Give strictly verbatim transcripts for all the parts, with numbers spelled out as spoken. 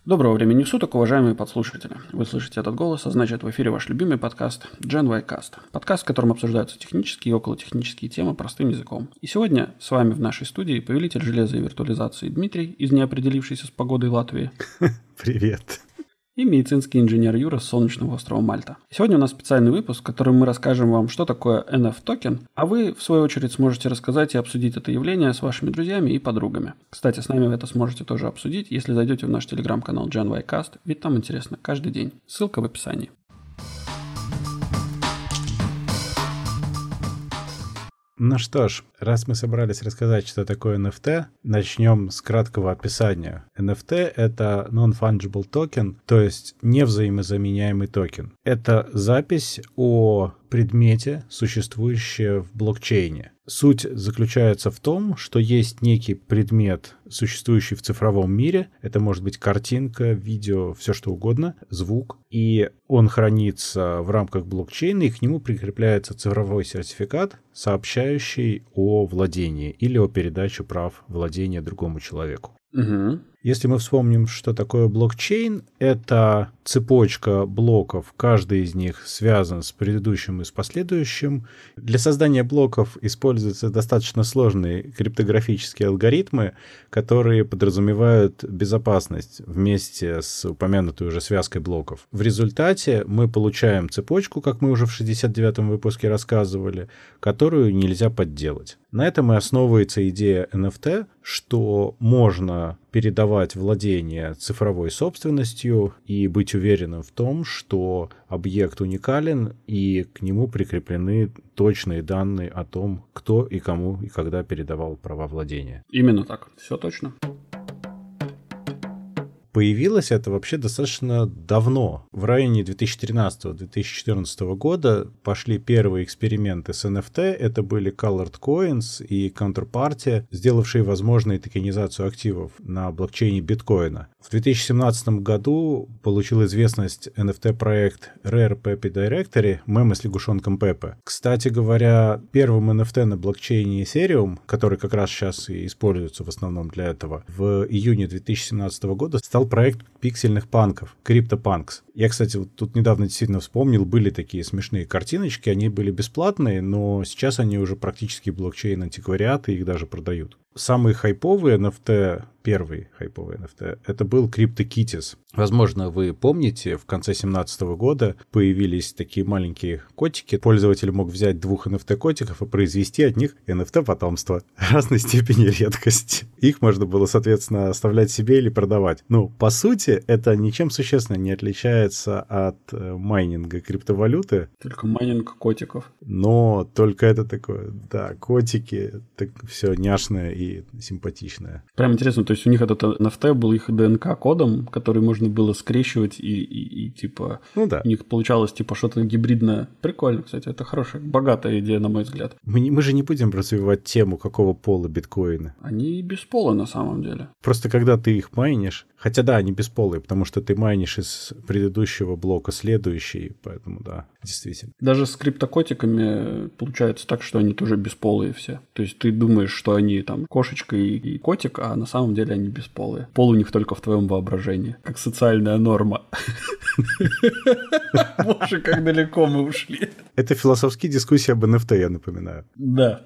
Доброго времени суток, уважаемые подслушатели. Вы слышите этот голос, а значит в эфире ваш любимый подкаст GenYcast. Подкаст, в котором обсуждаются технические и околотехнические темы простым языком. И сегодня с вами в нашей студии повелитель железа и виртуализации Дмитрий из неопределившейся с погодой Латвии. Привет. И медицинский инженер Юра с солнечного острова Мальта. Сегодня у нас специальный выпуск, в котором мы расскажем вам, что такое эн эф токен, а вы, в свою очередь, сможете рассказать и обсудить это явление с вашими друзьями и подругами. Кстати, с нами вы это сможете тоже обсудить, если зайдете в наш телеграм-канал GenYcast, ведь там интересно каждый день. Ссылка в описании. Ну что ж, раз мы собрались рассказать, что такое эн эф ти, начнем с краткого описания. эн эф ти — это Non-Fungible Token, то есть невзаимозаменяемый токен. Это запись о предмете, существующее в блокчейне. Суть заключается в том, что есть некий предмет, существующий в цифровом мире. Это может быть картинка, видео, все что угодно, звук. И он хранится в рамках блокчейна, и к нему прикрепляется цифровой сертификат, сообщающий о владении или о передаче прав владения другому человеку. Угу. Если мы вспомним, что такое блокчейн, это цепочка блоков, каждый из них связан с предыдущим и с последующим. Для создания блоков используются достаточно сложные криптографические алгоритмы, которые подразумевают безопасность вместе с упомянутой уже связкой блоков. В результате мы получаем цепочку, как мы уже в шестьдесят девятом выпуске рассказывали, которую нельзя подделать. На этом и основывается идея эн эф ти, что можно передавать владение цифровой собственностью и быть уверенным в том, что объект уникален и к нему прикреплены точные данные о том, кто и кому и когда передавал права владения. Именно так, все точно. Появилось это вообще достаточно давно. В районе две тысячи тринадцатого - две тысячи четырнадцатого года пошли первые эксперименты с эн эф ти. Это были Colored Coins и Counterparty, сделавшие возможной токенизацию активов на блокчейне биткоина. В две тысячи семнадцатом году получил известность эн эф ти-проект Rare Pepe Directory, мемы с лягушонком Пепе. Кстати говоря, первым эн эф ти на блокчейне Ethereum, который как раз сейчас и используется в основном для этого, в июне две тысячи семнадцатого года стал проект пиксельных панков, CryptoPunks. Я, кстати, вот тут недавно действительно вспомнил, были такие смешные картиночки, они были бесплатные, но сейчас они уже практически блокчейн-антиквариат, и их даже продают. Самый хайповый эн эф ти, первый хайповый эн эф ти, это был CryptoKitties. Возможно, вы помните, в конце две тысячи семнадцатого года появились такие маленькие котики. Пользователь мог взять двух эн эф ти-котиков и произвести от них эн эф ти-потомство разной степени редкости. Их можно было, соответственно, оставлять себе или продавать. Ну, по сути, это ничем существенно не отличается от э, майнинга криптовалюты. Только майнинг котиков. Но только это такое, да, котики, так все няшное и симпатичное. Прям интересно, то есть у них этот эн эф ти был их ди эн ка-кодом, который можно было скрещивать и, и, и типа... Ну да. У них получалось типа что-то гибридное. Прикольно, кстати, это хорошая, богатая идея, на мой взгляд. Мы, не, мы же не будем развивать тему, какого пола биткоины. Они без пола на самом деле. Просто когда ты их майнишь, хотя да, они бесполые, потому что ты майнишь из предыдущего блока следующий, поэтому да, действительно. Даже с криптокотиками получается так, что они тоже бесполые все. То есть ты думаешь, что они там кошечка и, и котик, а на самом деле они бесполые. Пол у них только в твоем воображении, как социальная норма. Боже, как далеко мы ушли. Это философские дискуссии об эн эф ти, я напоминаю. Да.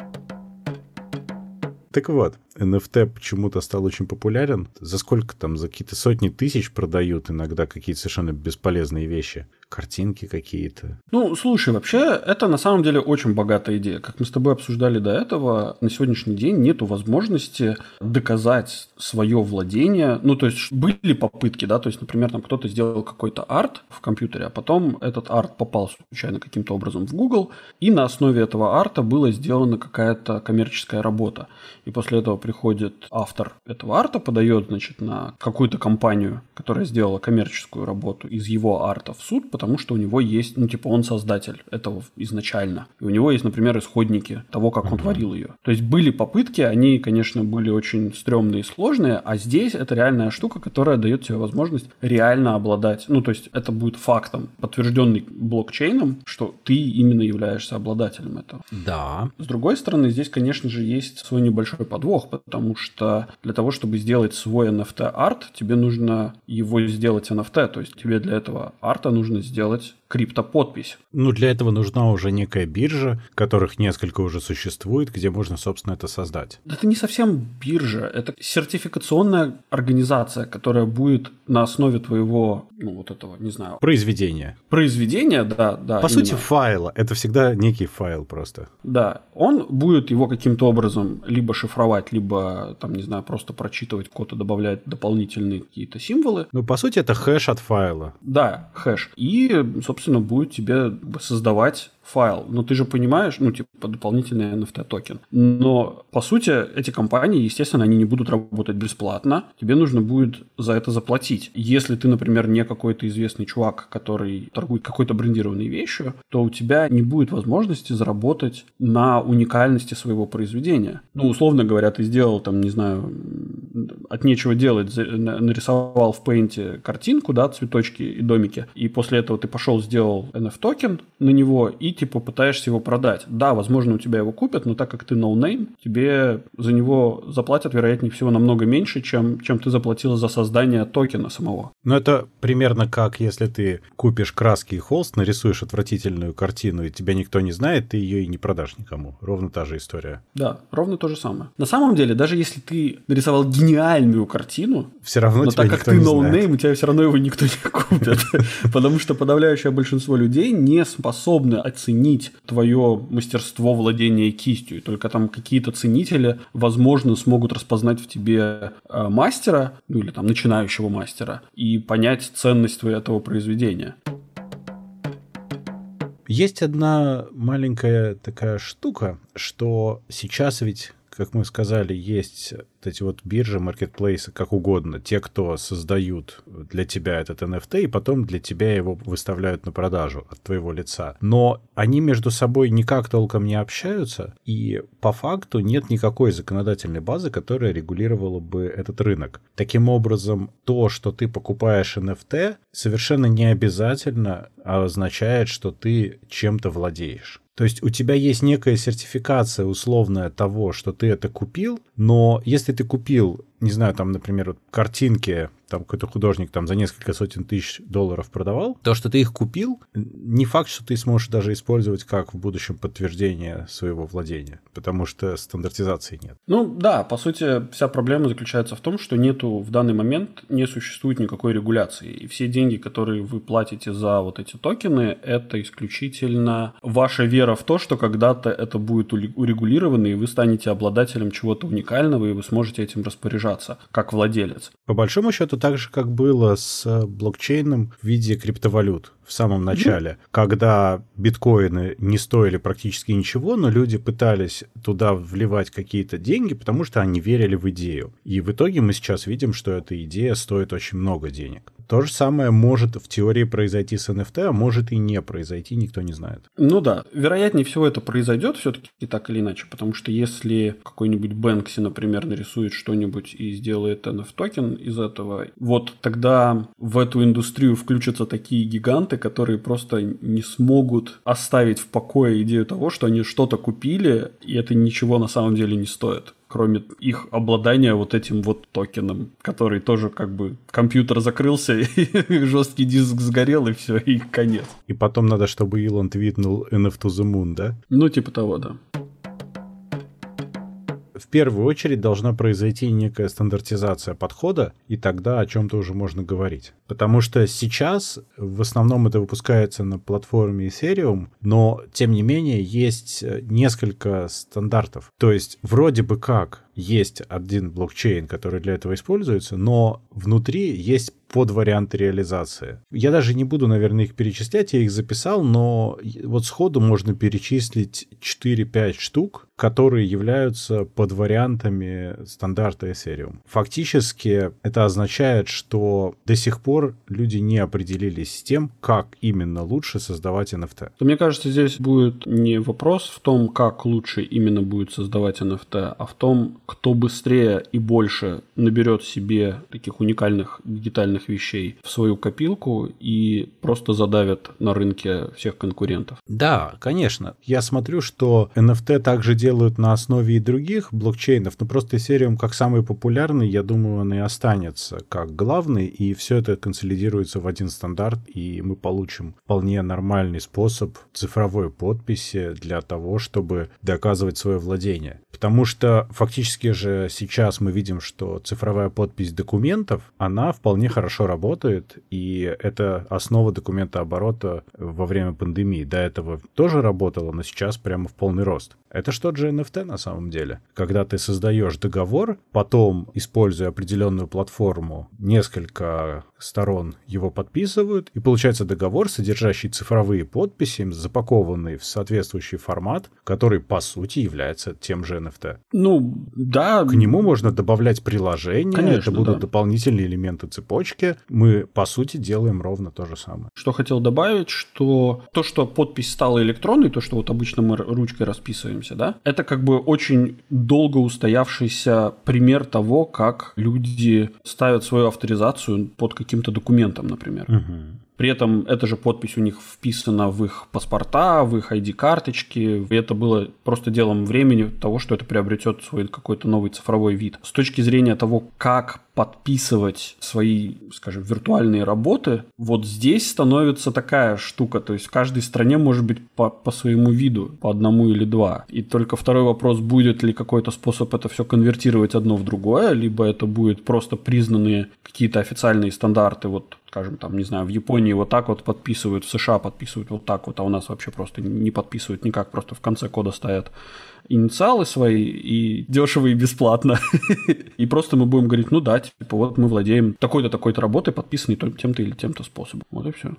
Так вот, эн эф ти почему-то стал очень популярен. За сколько там? За какие-то сотни тысяч продают иногда какие-то совершенно бесполезные вещи. Картинки какие-то. Ну, слушай, вообще, это на самом деле очень богатая идея. Как мы с тобой обсуждали до этого, на сегодняшний день нету возможности доказать свое владение. Ну, то есть, были попытки, да, то есть, например, там кто-то сделал какой-то арт в компьютере, а потом этот арт попал случайно каким-то образом в Google, и на основе этого арта была сделана какая-то коммерческая работа. И после этого приходит автор этого арта, подает, значит, на какую-то компанию, которая сделала коммерческую работу из его арта в суд, потому потому что у него есть, ну, типа, он создатель этого изначально. И у него есть, например, исходники того, как он mm-hmm. творил ее. То есть были попытки, они, конечно, были очень стрёмные и сложные, а здесь это реальная штука, которая дает тебе возможность реально обладать. Ну, то есть это будет фактом, подтвержденный блокчейном, что ты именно являешься обладателем этого. Да. С другой стороны, здесь, конечно же, есть свой небольшой подвох, потому что для того, чтобы сделать свой эн эф ти-арт, тебе нужно его сделать эн эф ти, то есть тебе для этого арта нужно сделать криптоподпись. Ну, для этого нужна уже некая биржа, которых несколько уже существует, где можно, собственно, это создать. Это не совсем биржа, это сертификационная организация, которая будет на основе твоего, ну, вот этого, не знаю... Произведения. Произведения, да, да. По именно. сути, файла. Это всегда некий файл просто. Да. Он будет его каким-то образом либо шифровать, либо, там, не знаю, просто прочитывать код и добавлять дополнительные какие-то символы. Ну, по сути, это хэш от файла. Да, хэш. И, собственно, будет тебе создавать файл. Но ты же понимаешь, ну, типа, дополнительный эн эф ти-токен. Но, по сути, эти компании, естественно, они не будут работать бесплатно. Тебе нужно будет за это заплатить. Если ты, например, не какой-то известный чувак, который торгует какой-то брендированной вещью, то у тебя не будет возможности заработать на уникальности своего произведения. Ну, условно говоря, ты сделал, там, не знаю, от нечего делать, нарисовал в Paint картинку, да, цветочки и домики, и после этого ты пошел, сделал эн эф ти-токен на него и типа пытаешься его продать. Да, возможно, у тебя его купят, но так как ты ноунейм, тебе за него заплатят, вероятнее всего, намного меньше, чем, чем ты заплатил за создание токена самого. Ну, это примерно как если ты купишь краски и холст, нарисуешь отвратительную картину, и тебя никто не знает, ты ее и не продашь никому. Ровно та же история. Да, ровно то же самое. На самом деле, даже если ты нарисовал гениальную картину, все равно но тебя так как никто ты не ноунейм, знает. у тебя все равно его никто не купит. Потому что подавляющее большинство людей не способны оценить твое мастерство владения кистью. И только там какие-то ценители, возможно, смогут распознать в тебе э, мастера, ну или там начинающего мастера, и понять ценность этого произведения. Есть одна маленькая такая штука, что сейчас ведь, как мы сказали, есть вот эти вот биржи, маркетплейсы, как угодно, те, кто создают для тебя этот эн эф ти, и потом для тебя его выставляют на продажу от твоего лица. Но они между собой никак толком не общаются, и по факту нет никакой законодательной базы, которая регулировала бы этот рынок. Таким образом, то, что ты покупаешь эн эф ти, совершенно не обязательно означает, что ты чем-то владеешь. То есть у тебя есть некая сертификация условная того, что ты это купил, но если ты купил, не знаю, там, например, вот картинки, там какой-то художник там за несколько сотен тысяч долларов продавал, то, что ты их купил, не факт, что ты сможешь даже использовать как в будущем подтверждение своего владения, потому что стандартизации нет. Ну да, по сути, вся проблема заключается в том, что нету в данный момент, не существует никакой регуляции. И все деньги, которые вы платите за вот эти токены, это исключительно ваша вера в то, что когда-то это будет урегулировано, и вы станете обладателем чего-то уникального, и вы сможете этим распоряжаться, как владелец. По большому счету, так же, как было с блокчейном в виде криптовалют в самом начале, mm-hmm. когда биткоины не стоили практически ничего, но люди пытались туда вливать какие-то деньги, потому что они верили в идею. И в итоге мы сейчас видим, что эта идея стоит очень много денег. То же самое может в теории произойти с эн эф ти, а может и не произойти, никто не знает. Ну да, вероятнее всего это произойдет все-таки так или иначе, потому что если какой-нибудь Бэнкси, например, нарисует что-нибудь и сделает эн эф ти-токен из этого, вот тогда в эту индустрию включатся такие гиганты, которые просто не смогут оставить в покое идею того, что они что-то купили, и это ничего на самом деле не стоит, кроме их обладания вот этим вот токеном, который тоже как бы компьютер закрылся, и жесткий диск сгорел, и все, и конец. И потом надо, чтобы Илон твитнул эн эф to the moon, да? Ну, типа того, да. В первую очередь должна произойти некая стандартизация подхода, и тогда о чем-то уже можно говорить. Потому что сейчас в основном это выпускается на платформе Ethereum, но тем не менее есть несколько стандартов. То есть вроде бы как есть один блокчейн, который для этого используется, но внутри есть подварианты реализации. Я даже не буду, наверное, их перечислять, я их записал, но вот сходу можно перечислить четыре-пять штук, которые являются подвариантами стандарта Ethereum. Фактически это означает, что до сих пор люди не определились с тем, как именно лучше создавать эн эф ти. Мне кажется, здесь будет не вопрос в том, как лучше именно будет создавать эн эф ти, а в том, кто быстрее и больше наберет себе таких уникальных дигитальных вещей в свою копилку и просто задавит на рынке всех конкурентов. Да, конечно. Я смотрю, что эн эф ти также делают на основе и других блокчейнов, но просто Ethereum как самый популярный, я думаю, он и останется как главный, и все это консолидируется в один стандарт, и мы получим вполне нормальный способ цифровой подписи для того, чтобы доказывать свое владение. Потому что фактически же сейчас мы видим, что цифровая подпись документов, она вполне хорошо работает, и это основа документооборота во время пандемии. До этого тоже работала, но сейчас прямо в полный рост. Это что же эн эф ти на самом деле? Когда ты создаешь договор, потом, используя определенную платформу, несколько сторон его подписывают, и получается договор, содержащий цифровые подписи, запакованный в соответствующий формат, который, по сути, является тем же эн эф ти. Ну, да. К нему можно добавлять приложения, Конечно, это будут да. дополнительные элементы цепочки. Мы, по сути, делаем ровно то же самое. Что хотел добавить, что то, что подпись стала электронной, то, что вот обычно мы ручкой расписываемся, да, это как бы очень долго устоявшийся пример того, как люди ставят свою авторизацию под каким-то документом, например. Угу. При этом эта же подпись у них вписана в их паспорта, в их ай ди-карточки. И это было просто делом времени того, что это приобретет свой какой-то новый цифровой вид. С точки зрения того, как подписывать свои, скажем, виртуальные работы, вот здесь становится такая штука. То есть в каждой стране может быть по, по своему виду, по одному или два. И только второй вопрос, будет ли какой-то способ это все конвертировать одно в другое, либо это будет просто признанные какие-то официальные стандарты, вот, скажем, там, не знаю, в Японии вот так вот подписывают, в США подписывают вот так вот, а у нас вообще просто не подписывают никак, просто в конце кода стоят инициалы свои, и дешево и бесплатно. И просто мы будем говорить, ну да, типа вот мы владеем такой-то, такой-то работой, подписанной тем-то или тем-то способом. Вот и все.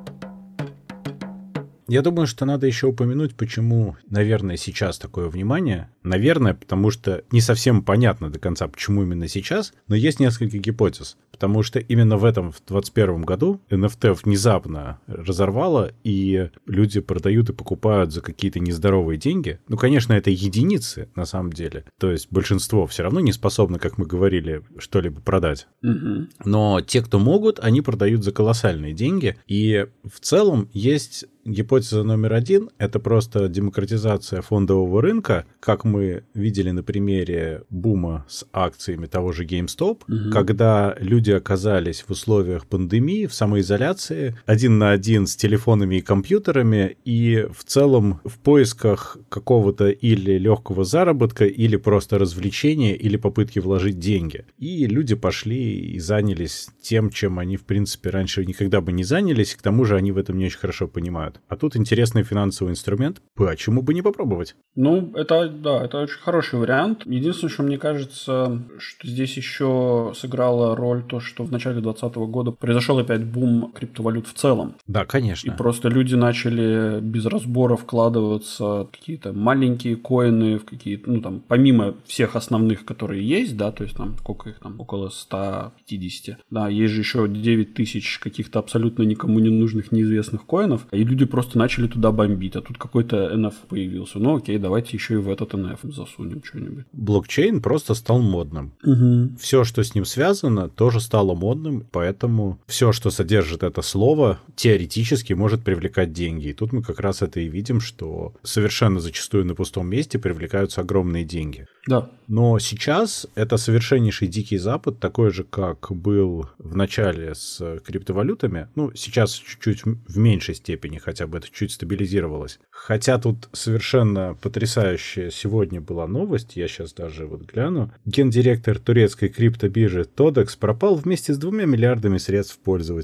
Я думаю, что надо еще упомянуть, почему, наверное, сейчас такое внимание. Наверное, потому что не совсем понятно до конца, почему именно сейчас, но есть несколько гипотез. Потому что именно в этом, в двадцать первом году, эн эф ти внезапно разорвало, и люди продают и покупают за какие-то нездоровые деньги. Ну, конечно, это единицы на самом деле. То есть большинство все равно не способны, как мы говорили, что-либо продать. Угу. Но те, кто могут, они продают за колоссальные деньги. И в целом есть гипотеза номер один — это просто демократизация фондового рынка, как мы видели на примере бума с акциями того же GameStop, угу. когда люди оказались в условиях пандемии, в самоизоляции, один на один с телефонами и компьютерами, и в целом в поисках какого-то или легкого заработка, или просто развлечения, или попытки вложить деньги. И люди пошли и занялись тем, чем они, в принципе, раньше никогда бы не занялись, к тому же они в этом не очень хорошо понимают. А тут интересный финансовый инструмент. Почему бы не попробовать? Ну, это, да, это очень хороший вариант. Единственное, что мне кажется, что здесь еще сыграла роль то, что в начале двадцатого года произошел опять бум криптовалют в целом. Да, конечно. И просто люди начали без разбора вкладываться в какие-то маленькие коины, в какие-то, ну, там, помимо всех основных, которые есть, да, то есть там, сколько их там, около сто пятьдесят. Да, есть же еще девять тысяч каких-то абсолютно никому не нужных, неизвестных коинов, и люди просто начали туда бомбить, а тут какой-то эн эф появился. Ну окей, давайте еще и в этот эн эф засунем что-нибудь. Блокчейн просто стал модным. Угу. Все, что с ним связано, тоже стало модным, поэтому все, что содержит это слово, теоретически может привлекать деньги. И тут мы как раз это и видим, что совершенно зачастую на пустом месте привлекаются огромные деньги. Да. Но сейчас это совершеннейший дикий запад, такой же, как был в начале с криптовалютами. Ну, сейчас чуть-чуть в меньшей степени, хотя бы это чуть стабилизировалось. Хотя тут совершенно потрясающая сегодня была новость, я сейчас даже вот гляну. Гендиректор турецкой криптобиржи Тодекс пропал вместе с двумя миллиардами средств пользователей.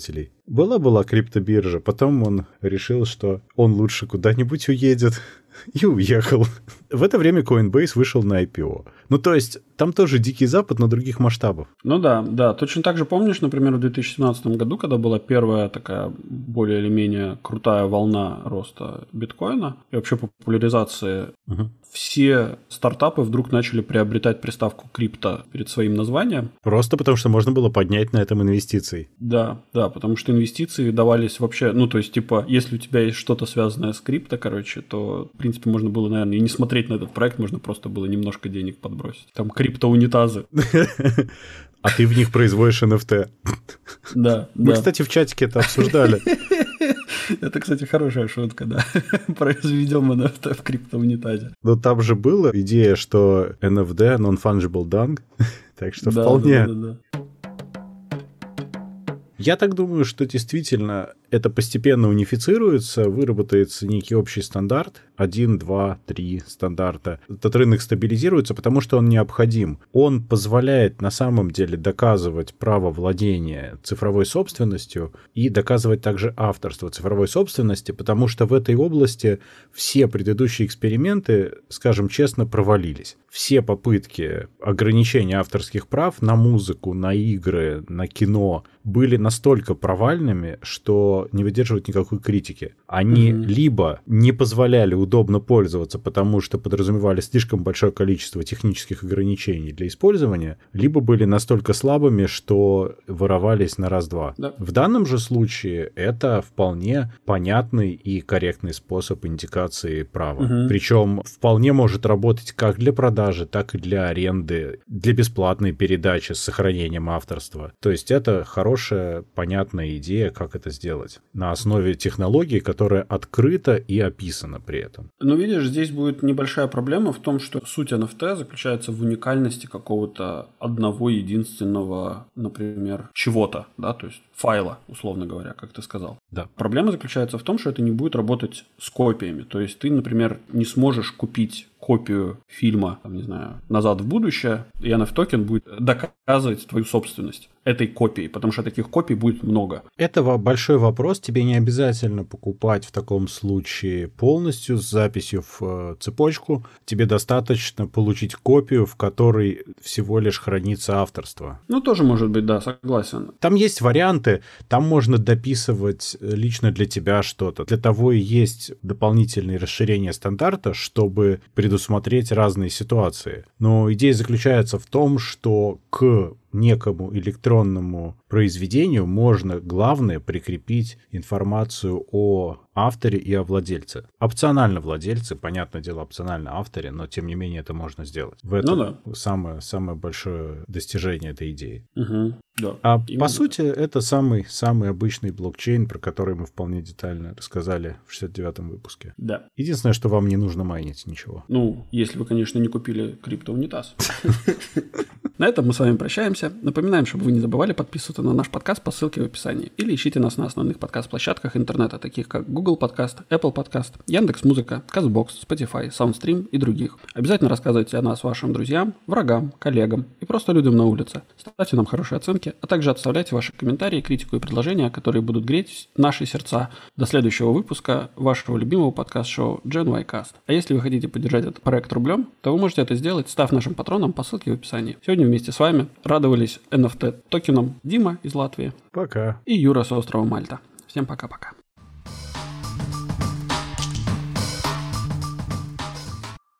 Была-была криптобиржа, потом он решил, что он лучше куда-нибудь уедет, и уехал. В это время Coinbase вышел на ай пи о. Ну, то есть, там тоже дикий запад, но других масштабов. Ну да, да. Точно так же помнишь, например, в две тысячи семнадцатом году, когда была первая такая более или менее крутая волна роста биткоина и вообще популяризации, угу. все стартапы вдруг начали приобретать приставку крипто перед своим названием. Просто потому, что можно было поднять на этом инвестиции. Да, да, потому что инвестиции давались вообще, ну, то есть, типа, если у тебя есть что-то связанное с крипто, короче, то, в принципе, можно было, наверное, и не смотреть на этот проект, можно просто было немножко денег подбросить. Там криптоунитазы. А ты в них производишь эн эф ти. Да, Мы, да. кстати, в чатике это обсуждали. Это, кстати, хорошая шутка, да. Произведем эн эф ти в криптоунитазе. Но там же была идея, что эн эф ди, non-fungible dung, так что да, вполне... Да, да, да. Я так думаю, что действительно это постепенно унифицируется, выработается некий общий стандарт, один, два, три стандарта. Этот рынок стабилизируется, потому что он необходим. Он позволяет на самом деле доказывать право владения цифровой собственностью и доказывать также авторство цифровой собственности, потому что в этой области все предыдущие эксперименты, скажем честно, провалились. Все попытки ограничения авторских прав на музыку, на игры, на кино были настолько провальными, что не выдерживают никакой критики. Они mm-hmm. либо не позволяли удобно пользоваться, потому что подразумевали слишком большое количество технических ограничений для использования, либо были настолько слабыми, что воровались на раз-два. Да. В данном же случае это вполне понятный и корректный способ индикации права. Mm-hmm. Причем вполне может работать как для продажи, так и для аренды, для бесплатной передачи с сохранением авторства. То есть это хорошая, понятная идея, как это сделать на основе технологии, которая открыта и описана при этом. Ну, видишь, здесь будет небольшая проблема в том, что суть эн эф ти заключается в уникальности какого-то одного единственного, например, чего-то, да, то есть файла, условно говоря, как ты сказал. Да. Проблема заключается в том, что это не будет работать с копиями. То есть ты, например, не сможешь купить копию фильма, там, не знаю, «Назад в будущее», и эн эф токен будет доказывать твою собственность этой копии, потому что таких копий будет много. Это большой вопрос. Тебе не обязательно покупать в таком случае полностью с записью в цепочку. Тебе достаточно получить копию, в которой всего лишь хранится авторство. Ну, тоже может быть, да, согласен. Там есть варианты, там можно дописывать лично для тебя что-то. Для того и есть дополнительные расширения стандарта, чтобы предусмотреть разные ситуации. Но идея заключается в том, что к некому электронному произведению можно, главное, прикрепить информацию о авторе и о владельце. Опционально владельцы, понятное дело, опционально авторе, но тем не менее это можно сделать. В этом ну да. самое, самое большое достижение этой идеи. Угу, да. А Именно по сути это самый, самый обычный блокчейн, про который мы вполне детально рассказали в шестьдесят девятом выпуске. Да. Единственное, что вам не нужно майнить ничего. Ну, если вы, конечно, не купили криптоунитаз. На этом мы с вами прощаемся. Напоминаем, чтобы вы не забывали подписываться на наш подкаст по ссылке в описании. Или ищите нас на основных подкаст-площадках интернета, таких как Google Подкаст, Apple Подкаст, Яндекс.Музыка, Castbox, Spotify, Soundstream и других. Обязательно рассказывайте о нас вашим друзьям, врагам, коллегам и просто людям на улице. Ставьте нам хорошие оценки, а также оставляйте ваши комментарии, критику и предложения, которые будут греть наши сердца. До следующего выпуска вашего любимого подкаст-шоу Gen Y Cast. А если вы хотите поддержать этот проект рублем, то вы можете это сделать, став нашим патроном по ссылке в описании. Сегодня вместе с вами радовались эн эф ти токеном Дима из Латвии. Пока. И Юра с острова Мальта. Всем пока-пока.